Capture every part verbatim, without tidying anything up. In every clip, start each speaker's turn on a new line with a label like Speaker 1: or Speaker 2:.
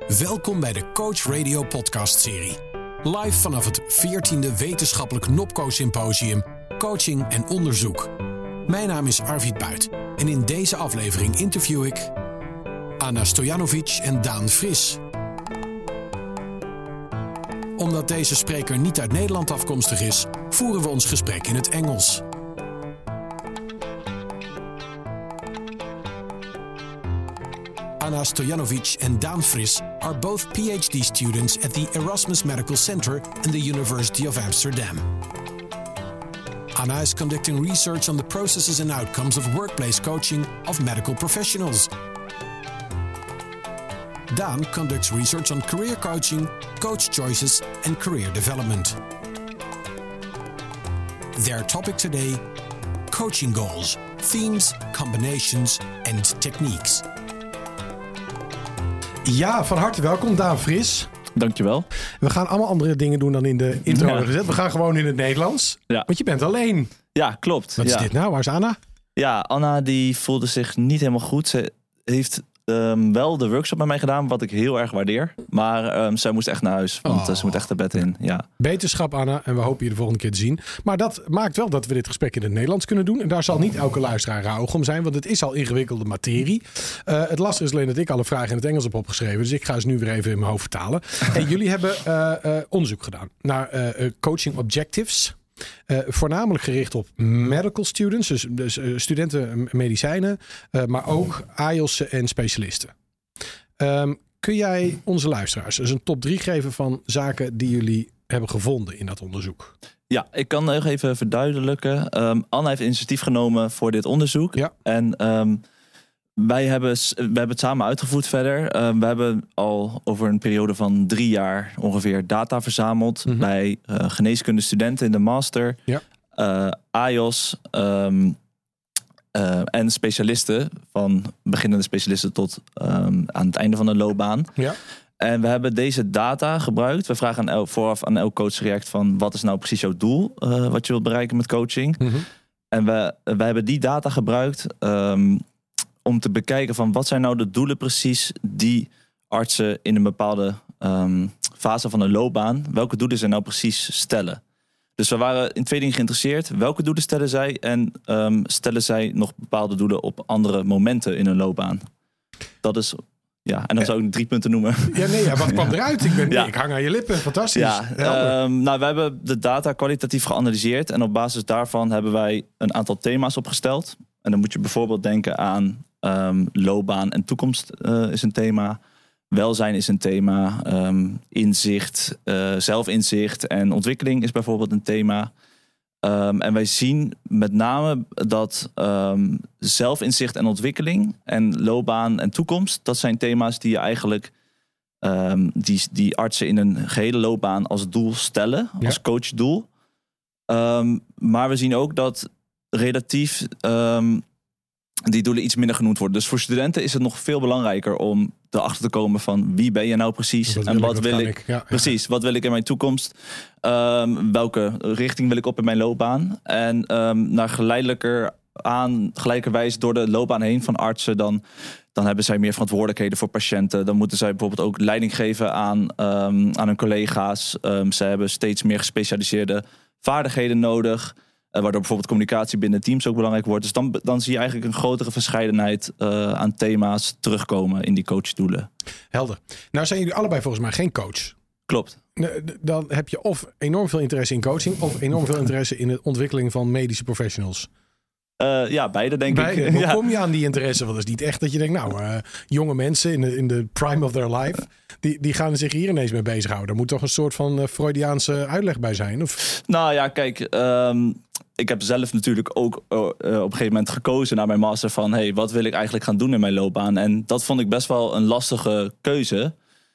Speaker 1: Welkom bij de Coach Radio podcast-serie. Live vanaf het veertiende Wetenschappelijk Nopco Symposium Coaching en Onderzoek. Mijn naam is Arvid Buit en in deze aflevering interview ik Anna Stojanovic en Daan Fris. Omdat deze spreker niet uit Nederland afkomstig is, voeren we ons gesprek in het Engels. Anna Stojanovic and Daan Fris are both PhD students at the Erasmus Medical Center and the University of Amsterdam. Anna is conducting research on the processes and outcomes of workplace coaching of medical professionals. Daan conducts research on career coaching, coach choices, and career development. Their topic today: coaching goals, themes, combinations, and techniques. Ja, van harte welkom, Daan Fris.
Speaker 2: Dankjewel.
Speaker 1: We gaan allemaal andere dingen doen dan in de intro ja. gezet. We gaan gewoon in het Nederlands. Ja. Want je bent alleen.
Speaker 2: Ja, klopt.
Speaker 1: Wat
Speaker 2: ja.
Speaker 1: is dit nou? Waar is Anna?
Speaker 2: Ja, Anna die voelde zich niet helemaal goed. Ze heeft um, wel de workshop met mij gedaan, wat ik heel erg waardeer. Maar um, zij moest echt naar huis, want oh. ze moet echt naar bed in. Ja.
Speaker 1: Beterschap, Anna. En we hopen je de volgende keer te zien. Maar dat maakt wel dat we dit gesprek in het Nederlands kunnen doen. En daar zal niet elke luisteraar rauw om zijn, want het is al ingewikkelde materie. Uh, het lastige is alleen dat ik alle vragen in het Engels heb opgeschreven. Dus ik ga ze nu weer even in mijn hoofd vertalen. En jullie hebben uh, uh, onderzoek gedaan naar uh, coaching objectives. Uh, voornamelijk gericht op medical students, dus, dus uh, studenten medicijnen, uh, maar ook A I O S'en en specialisten. Um, kun jij onze luisteraars dus een top drie geven van zaken die jullie hebben gevonden in dat onderzoek?
Speaker 2: Ja, ik kan nog even verduidelijken. Um, Anna heeft initiatief genomen voor dit onderzoek. Ja. En um, wij hebben, we hebben het samen uitgevoerd verder. Uh, we hebben al over een periode van drie jaar ongeveer data verzameld mm-hmm. bij uh, geneeskundestudenten in de master, ja. uh, A I O S um, uh, en specialisten, van beginnende specialisten tot um, aan het einde van de loopbaan. Ja. En we hebben deze data gebruikt. We vragen aan el, vooraf aan elk coachtraject van wat is nou precies jouw doel, uh, wat je wilt bereiken met coaching. Mm-hmm. En we, we hebben die data gebruikt Um, om te bekijken van wat zijn nou de doelen precies die artsen in een bepaalde um, fase van een loopbaan, welke doelen ze nou precies stellen. Dus we waren in twee dingen geïnteresseerd. Welke doelen stellen zij en um, stellen zij nog bepaalde doelen op andere momenten in hun loopbaan? Dat is, ja, en dan zou ik drie punten noemen.
Speaker 1: Ja, nee, ja, wat kwam eruit? Ik, ben, ja. ik hang aan je lippen, fantastisch.
Speaker 2: Ja, um, nou, we hebben de data kwalitatief geanalyseerd en op basis daarvan hebben wij een aantal thema's opgesteld. En dan moet je bijvoorbeeld denken aan Um, loopbaan en toekomst uh, is een thema. Welzijn is een thema. Um, inzicht, uh, zelfinzicht en ontwikkeling is bijvoorbeeld een thema. Um, en wij zien met name dat um, zelfinzicht en ontwikkeling en loopbaan en toekomst, dat zijn thema's die je eigenlijk um, die, die artsen in een gehele loopbaan als doel stellen, ja. als coachdoel. Um, maar we zien ook dat relatief Um, die doelen iets minder genoemd worden. Dus voor studenten is het nog veel belangrijker om erachter te komen van wie ben je nou precies wat en wat wil ik, ik. Ja, precies, ja. wat wil ik in mijn toekomst? Um, welke richting wil ik op in mijn loopbaan? En um, naar geleidelijker aan, gelijkerwijs door de loopbaan heen van artsen, dan, dan hebben zij meer verantwoordelijkheden voor patiënten. Dan moeten zij bijvoorbeeld ook leiding geven aan, um, aan hun collega's. Um, ze hebben steeds meer gespecialiseerde vaardigheden nodig. Waardoor bijvoorbeeld communicatie binnen teams ook belangrijk wordt. Dus dan, dan zie je eigenlijk een grotere verscheidenheid uh, aan thema's terugkomen in die coachdoelen.
Speaker 1: Helder. Nou zijn jullie allebei volgens mij geen coach.
Speaker 2: Klopt.
Speaker 1: Dan heb je of enorm veel interesse in coaching of enorm veel interesse in de ontwikkeling van medische professionals.
Speaker 2: Uh, ja, beide denk
Speaker 1: beide.
Speaker 2: ik.
Speaker 1: Hoe
Speaker 2: ja.
Speaker 1: kom je aan die interesse? Want het is niet echt dat je denkt, nou, uh, jonge mensen in de, in de prime of their life, die, die gaan zich hier ineens mee bezighouden. Er moet toch een soort van uh, Freudiaanse uitleg bij zijn? Of?
Speaker 2: Nou ja, kijk, um, ik heb zelf natuurlijk ook uh, op een gegeven moment gekozen naar mijn master van, hey, wat wil ik eigenlijk gaan doen in mijn loopbaan? En dat vond ik best wel een lastige keuze.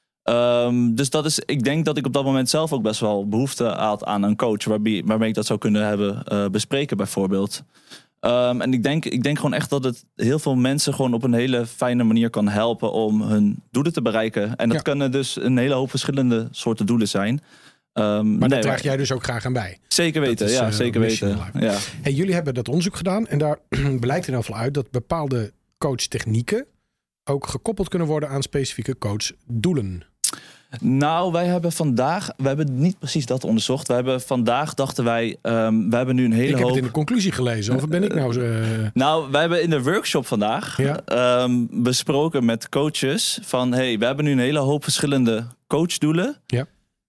Speaker 2: Um, dus dat is, ik denk dat ik op dat moment zelf ook best wel behoefte had aan een coach waarmee, waarmee ik dat zou kunnen hebben uh, bespreken bijvoorbeeld. Um, en ik denk, ik denk gewoon echt dat het heel veel mensen gewoon op een hele fijne manier kan helpen om hun doelen te bereiken. En dat ja. kunnen dus een hele hoop verschillende soorten doelen zijn. Um,
Speaker 1: maar
Speaker 2: nee,
Speaker 1: daar draag jij dus ook graag aan bij.
Speaker 2: Zeker weten, is, ja, uh, zeker weten. Ja.
Speaker 1: Hey, jullie hebben dat onderzoek gedaan en daar blijkt in ieder geval uit dat bepaalde coachtechnieken ook gekoppeld kunnen worden aan specifieke coachdoelen?
Speaker 2: Nou, wij hebben vandaag, we hebben niet precies dat onderzocht. We hebben vandaag, dachten wij, um, we hebben nu een hele hoop...
Speaker 1: Ik heb het in de conclusie gelezen, of ben ik nou zo... Uh...
Speaker 2: Nou, wij hebben in de workshop vandaag ja. um, besproken met coaches van, hey, we hebben nu een hele hoop verschillende coachdoelen.
Speaker 1: Ja.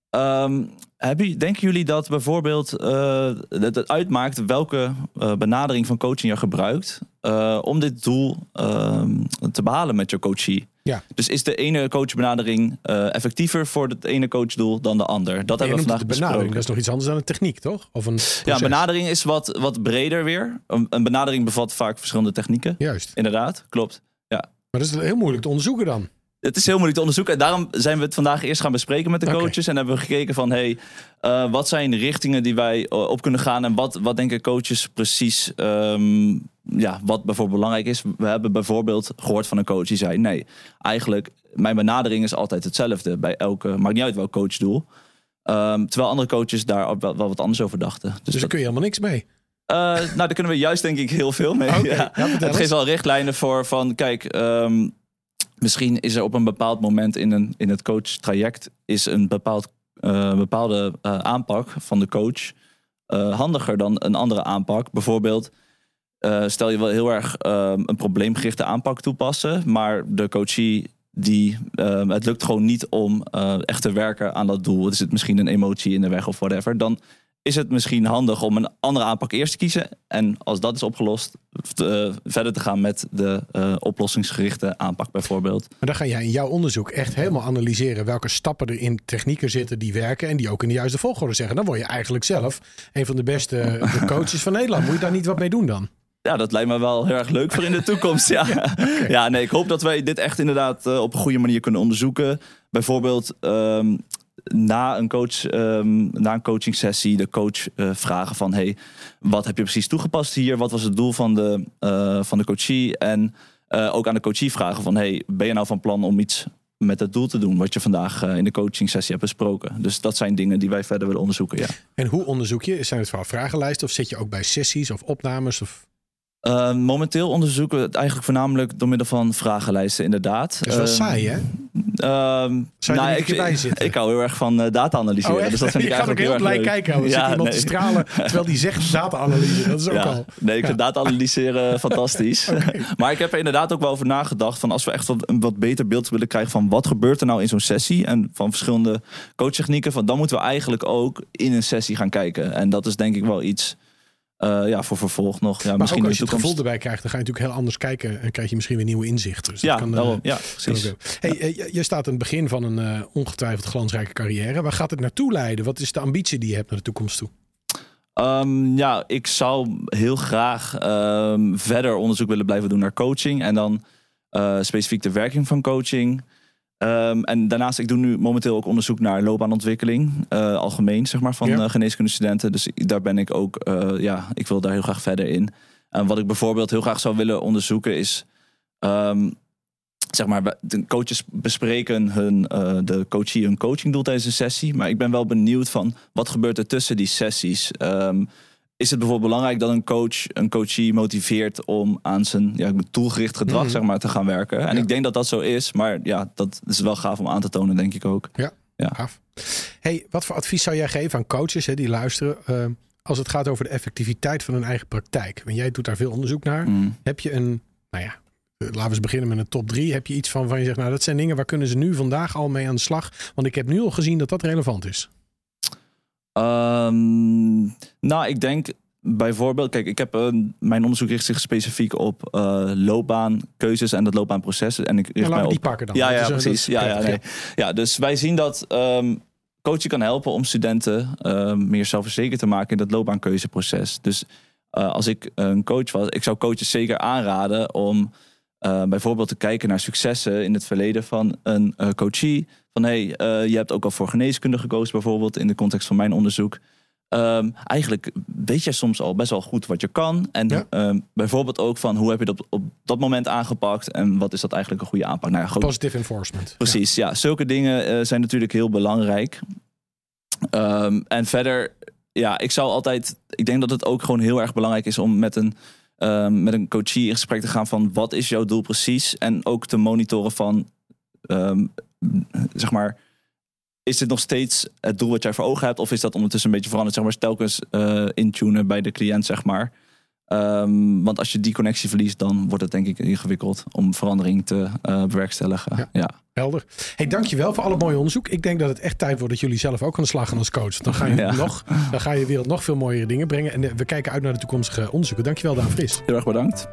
Speaker 2: Um, hebben, denken jullie dat bijvoorbeeld uh, het, het uitmaakt welke uh, benadering van coaching je gebruikt uh, om dit doel uh, te behalen met je coachie?
Speaker 1: Ja.
Speaker 2: Dus is de ene coachbenadering uh, effectiever voor het ene coachdoel dan de ander? Dat
Speaker 1: nee,
Speaker 2: hebben we vandaag
Speaker 1: de
Speaker 2: besproken.
Speaker 1: benadering, dat is nog iets anders dan een techniek, toch? Of een proces.
Speaker 2: Ja, benadering is wat, wat breder weer. Een, een benadering bevat vaak verschillende technieken.
Speaker 1: Juist.
Speaker 2: Inderdaad, klopt. Ja.
Speaker 1: Maar dat is heel moeilijk te onderzoeken dan.
Speaker 2: Het is heel moeilijk te onderzoeken. En daarom zijn we het vandaag eerst gaan bespreken met de coaches.
Speaker 1: Okay.
Speaker 2: En hebben we gekeken van, hey, uh, wat zijn de richtingen die wij uh, op kunnen gaan? En wat, wat denken coaches precies, um, ja, wat bijvoorbeeld belangrijk is? We hebben bijvoorbeeld gehoord van een coach die zei, nee, eigenlijk, mijn benadering is altijd hetzelfde bij elke, maakt niet uit welk coachdoel. Um, terwijl andere coaches daar wel, wel wat anders over dachten. Dus,
Speaker 1: dus daar
Speaker 2: dat,
Speaker 1: kun je helemaal niks mee?
Speaker 2: Uh, nou, daar kunnen we juist denk ik heel veel mee.
Speaker 1: Okay.
Speaker 2: Ja.
Speaker 1: Ja,
Speaker 2: het geeft wel richtlijnen voor van, kijk... Um, Misschien is er op een bepaald moment in, een, in het coachtraject is een bepaald, uh, bepaalde uh, aanpak van de coach uh, handiger dan een andere aanpak. Bijvoorbeeld, uh, stel je wil heel erg uh, een probleemgerichte aanpak toepassen, maar de coachie die uh, het lukt gewoon niet om uh, echt te werken aan dat doel. Er zit misschien een emotie in de weg of whatever. Dan is het misschien handig om een andere aanpak eerst te kiezen. En als dat is opgelost, uh, verder te gaan met de uh, oplossingsgerichte aanpak bijvoorbeeld.
Speaker 1: Maar dan ga jij in jouw onderzoek echt helemaal analyseren welke stappen er in technieken zitten die werken en die ook in de juiste volgorde zeggen. Dan word je eigenlijk zelf een van de beste de coaches van Nederland. Moet je daar niet wat mee doen dan?
Speaker 2: Ja, dat lijkt me wel heel erg leuk voor in de toekomst. Ja, ja, okay. ja nee, ik hoop dat wij dit echt inderdaad uh, op een goede manier kunnen onderzoeken. Bijvoorbeeld... Um, Na een, coach, um, na een coaching sessie de coach uh, vragen van... hey, wat heb je precies toegepast hier? Wat was het doel van de, uh, van de coachie? En uh, ook aan de coachie vragen van... hey, ben je nou van plan om iets met het doel te doen... wat je vandaag uh, in de coaching sessie hebt besproken? Dus dat zijn dingen die wij verder willen onderzoeken, ja.
Speaker 1: En hoe onderzoek je? Zijn het vooral vragenlijsten of zit je ook bij sessies of opnames? Of...
Speaker 2: Uh, momenteel onderzoeken we het eigenlijk voornamelijk door middel van vragenlijsten, inderdaad.
Speaker 1: Dat is wel uh, saai, hè?
Speaker 2: Uh,
Speaker 1: Zou je
Speaker 2: nou,
Speaker 1: er
Speaker 2: ik,
Speaker 1: bij zitten?
Speaker 2: Ik hou heel erg van uh, data analyseren.
Speaker 1: Oh,
Speaker 2: dus dat vind ik
Speaker 1: je gaat ook heel, heel blij leuk. kijken. Dan ja, zit iemand nee. te stralen terwijl die zegt data-analyse. Dat is ook
Speaker 2: ja,
Speaker 1: al...
Speaker 2: Nee, ik
Speaker 1: ja.
Speaker 2: vind data analyseren fantastisch. Okay. Maar ik heb er inderdaad ook wel over nagedacht... van als we echt wat, een wat beter beeld willen krijgen... van wat gebeurt er nou in zo'n sessie... en van verschillende coachtechnieken... Van, dan moeten we eigenlijk ook in een sessie gaan kijken. En dat is denk ik wel iets... Uh, ja, voor vervolg nog. Ja,
Speaker 1: maar
Speaker 2: misschien
Speaker 1: ook als je
Speaker 2: het
Speaker 1: gevoel erbij krijgt, dan ga je natuurlijk heel anders kijken en krijg je misschien weer nieuwe inzichten. Dus
Speaker 2: ja,
Speaker 1: dat kan,
Speaker 2: daarom.
Speaker 1: Uh,
Speaker 2: ja, precies.
Speaker 1: Hey, uh, je staat aan het begin van een uh, ongetwijfeld glansrijke carrière. Waar gaat het naartoe leiden? Wat is de ambitie die je hebt naar de toekomst toe?
Speaker 2: Um, ja, ik zou heel graag um, verder onderzoek willen blijven doen naar coaching. En dan uh, specifiek de werking van coaching. Um, en daarnaast, ik doe nu momenteel ook onderzoek naar loopbaanontwikkeling. Uh, algemeen, zeg maar, van ja. uh, geneeskundestudenten. Dus daar ben ik ook, uh, ja, ik wil daar heel graag verder in. En wat ik bijvoorbeeld heel graag zou willen onderzoeken is... Um, zeg maar, de coaches bespreken hun, uh, de coachie hun coachingdoel tijdens een sessie. Maar ik ben wel benieuwd van, wat gebeurt er tussen die sessies? Um, Is het bijvoorbeeld belangrijk dat een coach een coachie motiveert om aan zijn ja, doelgericht gedrag mm-hmm. zeg maar, te gaan werken? En ja. ik denk dat dat zo is, maar ja, dat is wel gaaf om aan te tonen, denk ik ook.
Speaker 1: Ja, ja. gaaf. Hey, wat voor advies zou jij geven aan coaches hè, die luisteren uh, als het gaat over de effectiviteit van hun eigen praktijk? Want jij doet daar veel onderzoek naar. Mm. Heb je een, nou ja, laten we eens beginnen met een top drie. Heb je iets van waar je zegt, nou dat zijn dingen waar kunnen ze nu vandaag al mee aan de slag? Want ik heb nu al gezien dat dat relevant is.
Speaker 2: Um, nou, ik denk bijvoorbeeld... Kijk, ik heb uh, mijn onderzoek richt zich specifiek op uh, loopbaankeuzes en dat loopbaanproces. En ik richt
Speaker 1: nou,
Speaker 2: mij op...
Speaker 1: die pakken dan.
Speaker 2: Ja, ja,
Speaker 1: dus,
Speaker 2: precies. Ja, ja, nee. ja, dus wij zien dat um, coaching kan helpen om studenten uh, meer zelfverzekerd te maken in dat loopbaankeuzeproces. Dus uh, als ik een coach was, ik zou coaches zeker aanraden om uh, bijvoorbeeld te kijken naar successen in het verleden van een uh, coachie. Van hey, uh, je hebt ook al voor geneeskunde gekozen bijvoorbeeld in de context van mijn onderzoek. Um, eigenlijk weet je soms al best wel goed wat je kan. En ja. um, bijvoorbeeld ook van hoe heb je dat op dat moment aangepakt en wat is dat eigenlijk een goede aanpak? Nou ja, goed.
Speaker 1: Positive enforcement.
Speaker 2: Precies, ja. ja zulke dingen uh, zijn natuurlijk heel belangrijk. Um, en verder, ja, ik zou altijd... Ik denk dat het ook gewoon heel erg belangrijk is om met een um, met een coachie in gesprek te gaan van wat is jouw doel precies? En ook te monitoren van, um, zeg maar, is dit nog steeds het doel wat jij voor ogen hebt? Of is dat ondertussen een beetje veranderd? Zeg maar, telkens uh, intunen bij de cliënt, zeg maar. Um, want als je die connectie verliest, dan wordt het denk ik ingewikkeld om verandering te uh, bewerkstelligen. Ja. ja.
Speaker 1: Helder. Hey, dankjewel voor alle mooie onderzoek. Ik denk dat het echt tijd wordt dat jullie zelf ook aan de slag gaan als coach. Dan ga je, ja. nog, dan ga je wereld nog veel mooiere dingen brengen. En we kijken uit naar de toekomstige onderzoeken. Dankjewel, Daan Fris.
Speaker 2: Heel erg bedankt.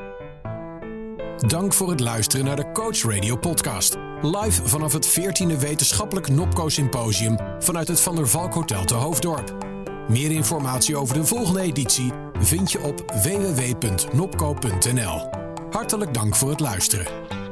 Speaker 3: Dank voor het luisteren naar de Coach Radio podcast. Live vanaf het veertiende Wetenschappelijk Nopco Symposium vanuit het Van der Valk Hotel te Hoofddorp. Meer informatie over de volgende editie vind je op w w w punt nopco punt n l. Hartelijk dank voor het luisteren.